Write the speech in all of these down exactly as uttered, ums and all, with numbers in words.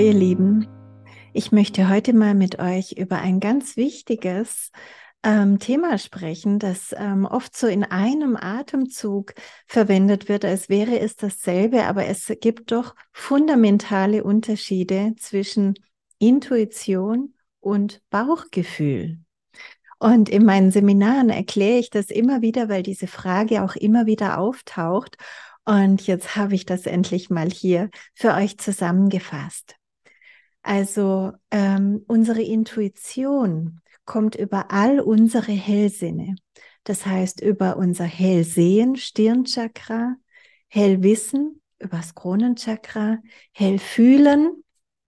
ihr Lieben, ich möchte heute mal mit euch über ein ganz wichtiges ähm, Thema sprechen, das ähm, oft so in einem Atemzug verwendet wird, als wäre es dasselbe, aber es gibt doch fundamentale Unterschiede zwischen Intuition und Bauchgefühl. Und in meinen Seminaren erkläre ich das immer wieder, weil diese Frage auch immer wieder auftaucht. Und jetzt habe ich das endlich mal hier für euch zusammengefasst. Also ähm, unsere Intuition kommt über all unsere Hellsinne. Das heißt über unser Hellsehen, Stirnchakra, Hellwissen, übers Kronenchakra, Hellfühlen,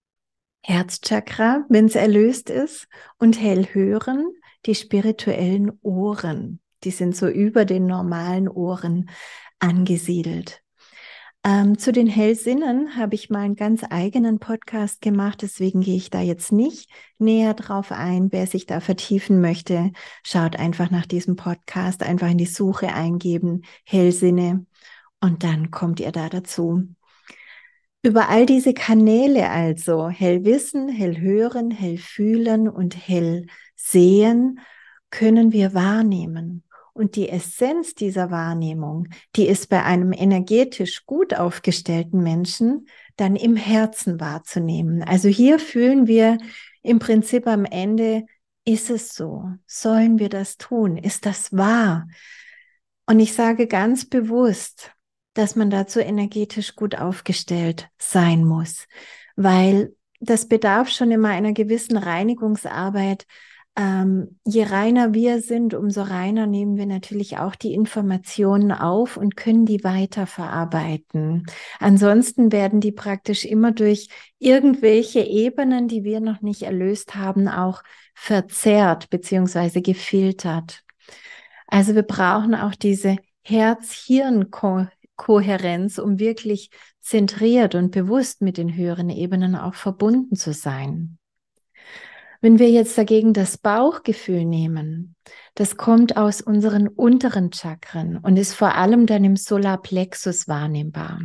Herzchakra, wenn es erlöst ist, und Hellhören, die spirituellen Ohren. Die sind so über den normalen Ohren angesiedelt. Ähm, zu den Hellsinnen habe ich mal einen ganz eigenen Podcast gemacht, deswegen gehe ich da jetzt nicht näher drauf ein. Wer sich da vertiefen möchte, schaut einfach nach diesem Podcast, einfach in die Suche eingeben, Hellsinne, und dann kommt ihr da dazu. Über all diese Kanäle also, Hellwissen, Hellhören, Hellfühlen und Hellsehen, können wir wahrnehmen. Und die Essenz dieser Wahrnehmung, die ist bei einem energetisch gut aufgestellten Menschen dann im Herzen wahrzunehmen. Also hier fühlen wir im Prinzip am Ende, ist es so? Sollen wir das tun? Ist das wahr? Und ich sage ganz bewusst, dass man dazu energetisch gut aufgestellt sein muss, weil das bedarf schon immer einer gewissen Reinigungsarbeit. Ähm, je reiner wir sind, umso reiner nehmen wir natürlich auch die Informationen auf und können die weiterverarbeiten. Ansonsten werden die praktisch immer durch irgendwelche Ebenen, die wir noch nicht erlöst haben, auch verzerrt beziehungsweise gefiltert. Also wir brauchen auch diese Herz-Hirn-Kohärenz, um wirklich zentriert und bewusst mit den höheren Ebenen auch verbunden zu sein. Wenn wir jetzt dagegen das Bauchgefühl nehmen, das kommt aus unseren unteren Chakren und ist vor allem dann im Solarplexus wahrnehmbar.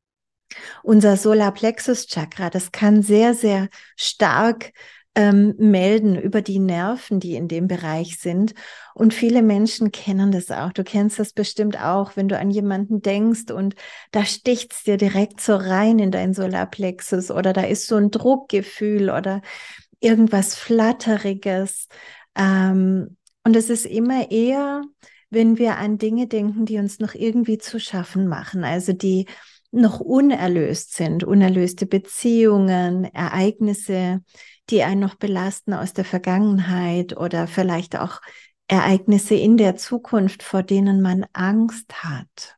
Unser Solarplexus-Chakra, das kann sehr, sehr stark ähm, melden über die Nerven, die in dem Bereich sind. Und viele Menschen kennen das auch. Du kennst das bestimmt auch, wenn du an jemanden denkst und da sticht's dir direkt so rein in dein Solarplexus oder da ist so ein Druckgefühl oder irgendwas Flatteriges. Ähm, und es ist immer eher, wenn wir an Dinge denken, die uns noch irgendwie zu schaffen machen, also die noch unerlöst sind, unerlöste Beziehungen, Ereignisse, die einen noch belasten aus der Vergangenheit oder vielleicht auch Ereignisse in der Zukunft, vor denen man Angst hat.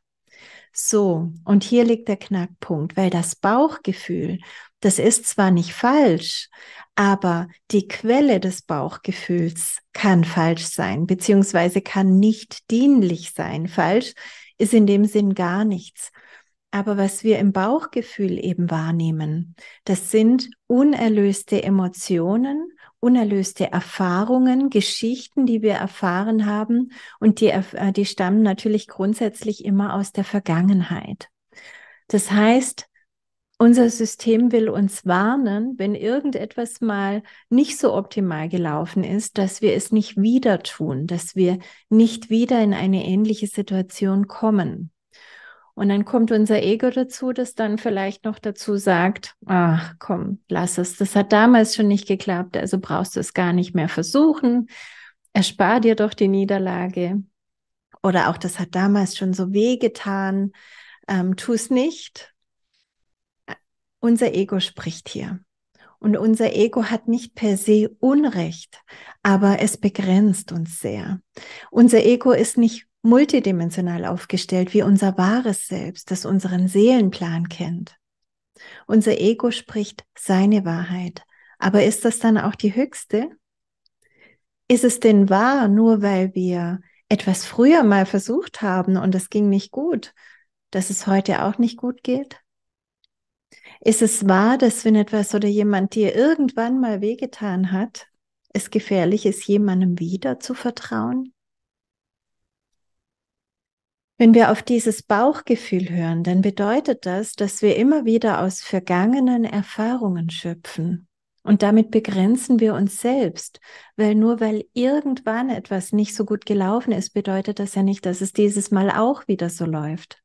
So, und hier liegt der Knackpunkt, weil das Bauchgefühl, das ist zwar nicht falsch, aber die Quelle des Bauchgefühls kann falsch sein, beziehungsweise kann nicht dienlich sein. Falsch ist in dem Sinn gar nichts. Aber was wir im Bauchgefühl eben wahrnehmen, das sind unerlöste Emotionen, unerlöste Erfahrungen, Geschichten, die wir erfahren haben, und die, die stammen natürlich grundsätzlich immer aus der Vergangenheit. Das heißt, unser System will uns warnen, wenn irgendetwas mal nicht so optimal gelaufen ist, dass wir es nicht wieder tun, dass wir nicht wieder in eine ähnliche Situation kommen. Und dann kommt unser Ego dazu, das dann vielleicht noch dazu sagt, ach komm, lass es, das hat damals schon nicht geklappt, also brauchst du es gar nicht mehr versuchen, erspar dir doch die Niederlage. Oder auch, das hat damals schon so wehgetan, ähm, tu es nicht. Unser Ego spricht hier. Und unser Ego hat nicht per se Unrecht, aber es begrenzt uns sehr. Unser Ego ist nicht multidimensional aufgestellt wie unser wahres Selbst, das unseren Seelenplan kennt. Unser Ego spricht seine Wahrheit. Aber ist das dann auch die höchste? Ist es denn wahr, nur weil wir etwas früher mal versucht haben und es ging nicht gut, dass es heute auch nicht gut geht? Ist es wahr, dass wenn etwas oder jemand dir irgendwann mal wehgetan hat, es gefährlich ist, jemandem wieder zu vertrauen? Wenn wir auf dieses Bauchgefühl hören, dann bedeutet das, dass wir immer wieder aus vergangenen Erfahrungen schöpfen. Und damit begrenzen wir uns selbst, weil nur weil irgendwann etwas nicht so gut gelaufen ist, bedeutet das ja nicht, dass es dieses Mal auch wieder so läuft.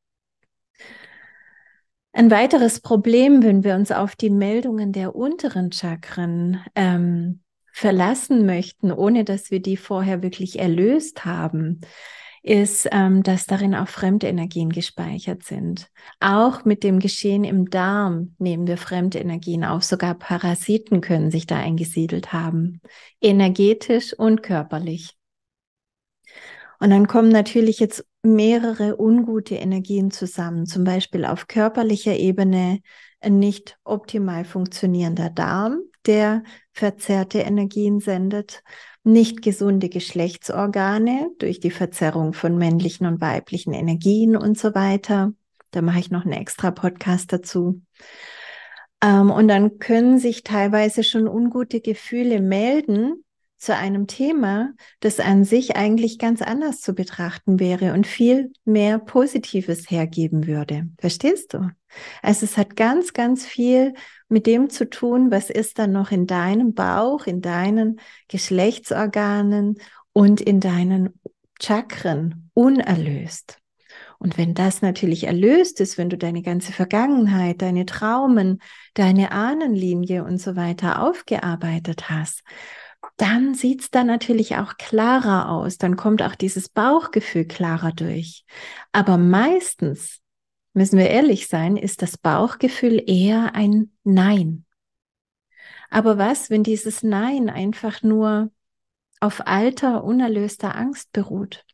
Ein weiteres Problem, wenn wir uns auf die Meldungen der unteren Chakren ähm, verlassen möchten, ohne dass wir die vorher wirklich erlöst haben, ist, ähm, dass darin auch Fremdenergien gespeichert sind. Auch mit dem Geschehen im Darm nehmen wir Fremdenergien auf. Sogar Parasiten können sich da eingesiedelt haben, energetisch und körperlich. Und dann kommen natürlich jetzt mehrere ungute Energien zusammen, zum Beispiel auf körperlicher Ebene ein nicht optimal funktionierender Darm, der verzerrte Energien sendet, nicht gesunde Geschlechtsorgane durch die Verzerrung von männlichen und weiblichen Energien und so weiter. Da mache ich noch einen extra Podcast dazu. Ähm, und dann können sich teilweise schon ungute Gefühle melden zu einem Thema, das an sich eigentlich ganz anders zu betrachten wäre und viel mehr Positives hergeben würde. Verstehst du? Also es hat ganz, ganz viel mit dem zu tun, was ist dann noch in deinem Bauch, in deinen Geschlechtsorganen und in deinen Chakren unerlöst. Und wenn das natürlich erlöst ist, wenn du deine ganze Vergangenheit, deine Traumen, deine Ahnenlinie und so weiter aufgearbeitet hast, dann sieht es dann natürlich auch klarer aus. Dann kommt auch dieses Bauchgefühl klarer durch. Aber meistens, müssen wir ehrlich sein, ist das Bauchgefühl eher ein Nein. Aber was, wenn dieses Nein einfach nur auf alter, unerlöster Angst beruht?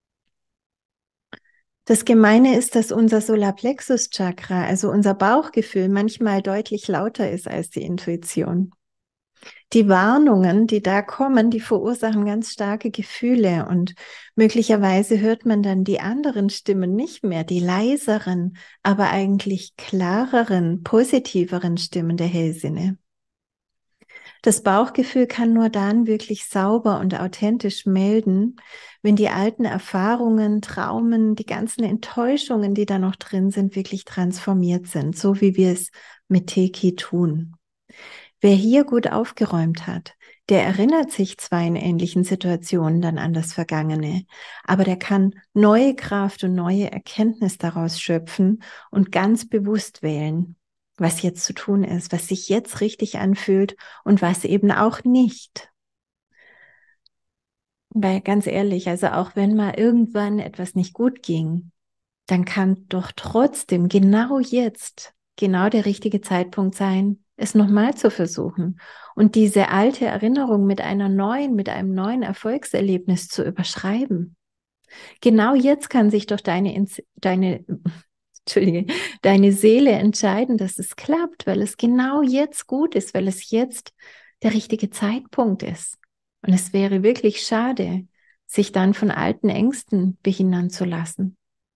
Das Gemeine ist, dass unser Solarplexus-Chakra, also unser Bauchgefühl, manchmal deutlich lauter ist als die Intuition. Die Warnungen, die da kommen, die verursachen ganz starke Gefühle und möglicherweise hört man dann die anderen Stimmen nicht mehr, die leiseren, aber eigentlich klareren, positiveren Stimmen der Hellsinne. Das Bauchgefühl kann nur dann wirklich sauber und authentisch melden, wenn die alten Erfahrungen, Traumen, die ganzen Enttäuschungen, die da noch drin sind, wirklich transformiert sind, so wie wir es mit Teki tun. Wer hier gut aufgeräumt hat, der erinnert sich zwar in ähnlichen Situationen dann an das Vergangene, aber der kann neue Kraft und neue Erkenntnis daraus schöpfen und ganz bewusst wählen, was jetzt zu tun ist, was sich jetzt richtig anfühlt und was eben auch nicht. Weil ganz ehrlich, also auch wenn mal irgendwann etwas nicht gut ging, dann kann doch trotzdem genau jetzt genau der richtige Zeitpunkt sein, es nochmal zu versuchen und diese alte Erinnerung mit einer neuen, mit einem neuen Erfolgserlebnis zu überschreiben. Genau jetzt kann sich doch deine, deine, Entschuldige, deine Seele entscheiden, dass es klappt, weil es genau jetzt gut ist, weil es jetzt der richtige Zeitpunkt ist. Und es wäre wirklich schade, sich dann von alten Ängsten behindern zu lassen.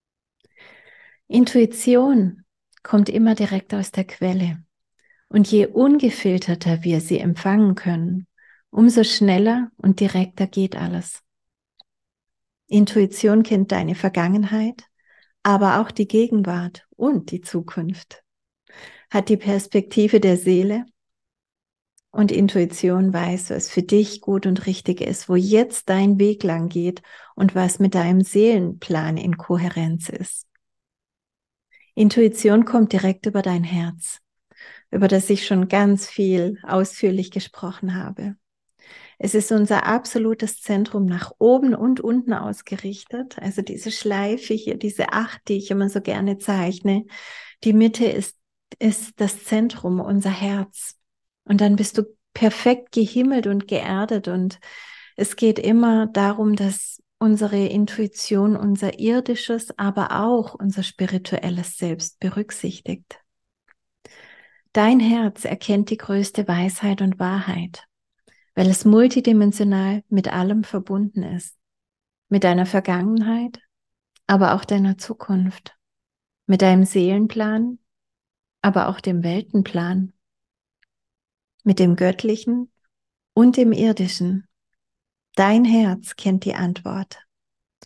Intuition kommt immer direkt aus der Quelle. Und je ungefilterter wir sie empfangen können, umso schneller und direkter geht alles. Intuition kennt deine Vergangenheit, aber auch die Gegenwart und die Zukunft. Hat die Perspektive der Seele und Intuition weiß, was für dich gut und richtig ist, wo jetzt dein Weg lang geht und was mit deinem Seelenplan in Kohärenz ist. Intuition kommt direkt über dein Herz, über das ich schon ganz viel ausführlich gesprochen habe. Es ist unser absolutes Zentrum nach oben und unten ausgerichtet. Also diese Schleife hier, diese Acht, die ich immer so gerne zeichne. Die Mitte ist, ist das Zentrum, unser Herz. Und dann bist du perfekt gehimmelt und geerdet. Und es geht immer darum, dass unsere Intuition unser irdisches, aber auch unser spirituelles Selbst berücksichtigt. Dein Herz erkennt die größte Weisheit und Wahrheit, weil es multidimensional mit allem verbunden ist. Mit deiner Vergangenheit, aber auch deiner Zukunft. Mit deinem Seelenplan, aber auch dem Weltenplan. Mit dem Göttlichen und dem Irdischen. Dein Herz kennt die Antwort.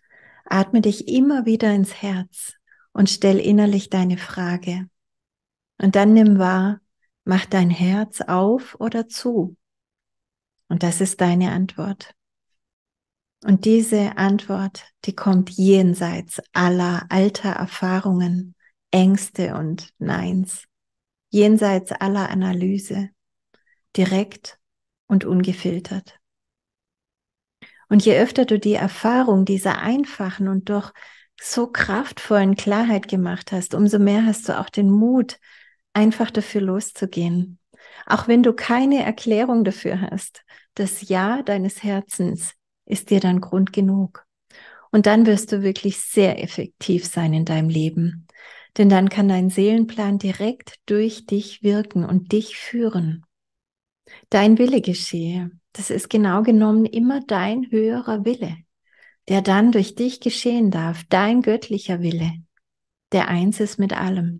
Atme dich immer wieder ins Herz und stell innerlich deine Frage. Und dann nimm wahr, mach dein Herz auf oder zu. Und das ist deine Antwort. Und diese Antwort, die kommt jenseits aller alter Erfahrungen, Ängste und Neins, jenseits aller Analyse, direkt und ungefiltert. Und je öfter du die Erfahrung dieser einfachen und doch so kraftvollen Klarheit gemacht hast, umso mehr hast du auch den Mut, einfach dafür loszugehen. Auch wenn du keine Erklärung dafür hast, das Ja deines Herzens ist dir dann Grund genug. Und dann wirst du wirklich sehr effektiv sein in deinem Leben. Denn dann kann dein Seelenplan direkt durch dich wirken und dich führen. Dein Wille geschehe. Das ist genau genommen immer dein höherer Wille, der dann durch dich geschehen darf, dein göttlicher Wille, der eins ist mit allem.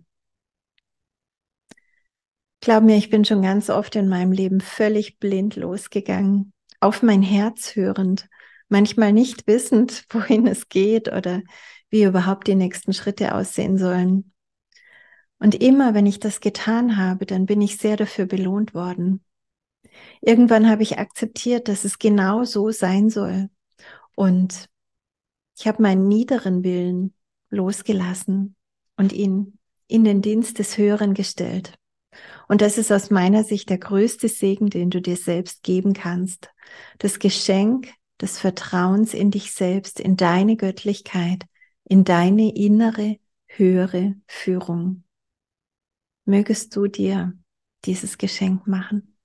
Glaub mir, ich bin schon ganz oft in meinem Leben völlig blind losgegangen, auf mein Herz hörend, manchmal nicht wissend, wohin es geht oder wie überhaupt die nächsten Schritte aussehen sollen. Und immer, wenn ich das getan habe, dann bin ich sehr dafür belohnt worden. Irgendwann habe ich akzeptiert, dass es genau so sein soll. Und ich habe meinen niederen Willen losgelassen und ihn in den Dienst des Höheren gestellt. Und das ist aus meiner Sicht der größte Segen, den du dir selbst geben kannst. Das Geschenk des Vertrauens in dich selbst, in deine Göttlichkeit, in deine innere, höhere Führung. Mögest du dir dieses Geschenk machen.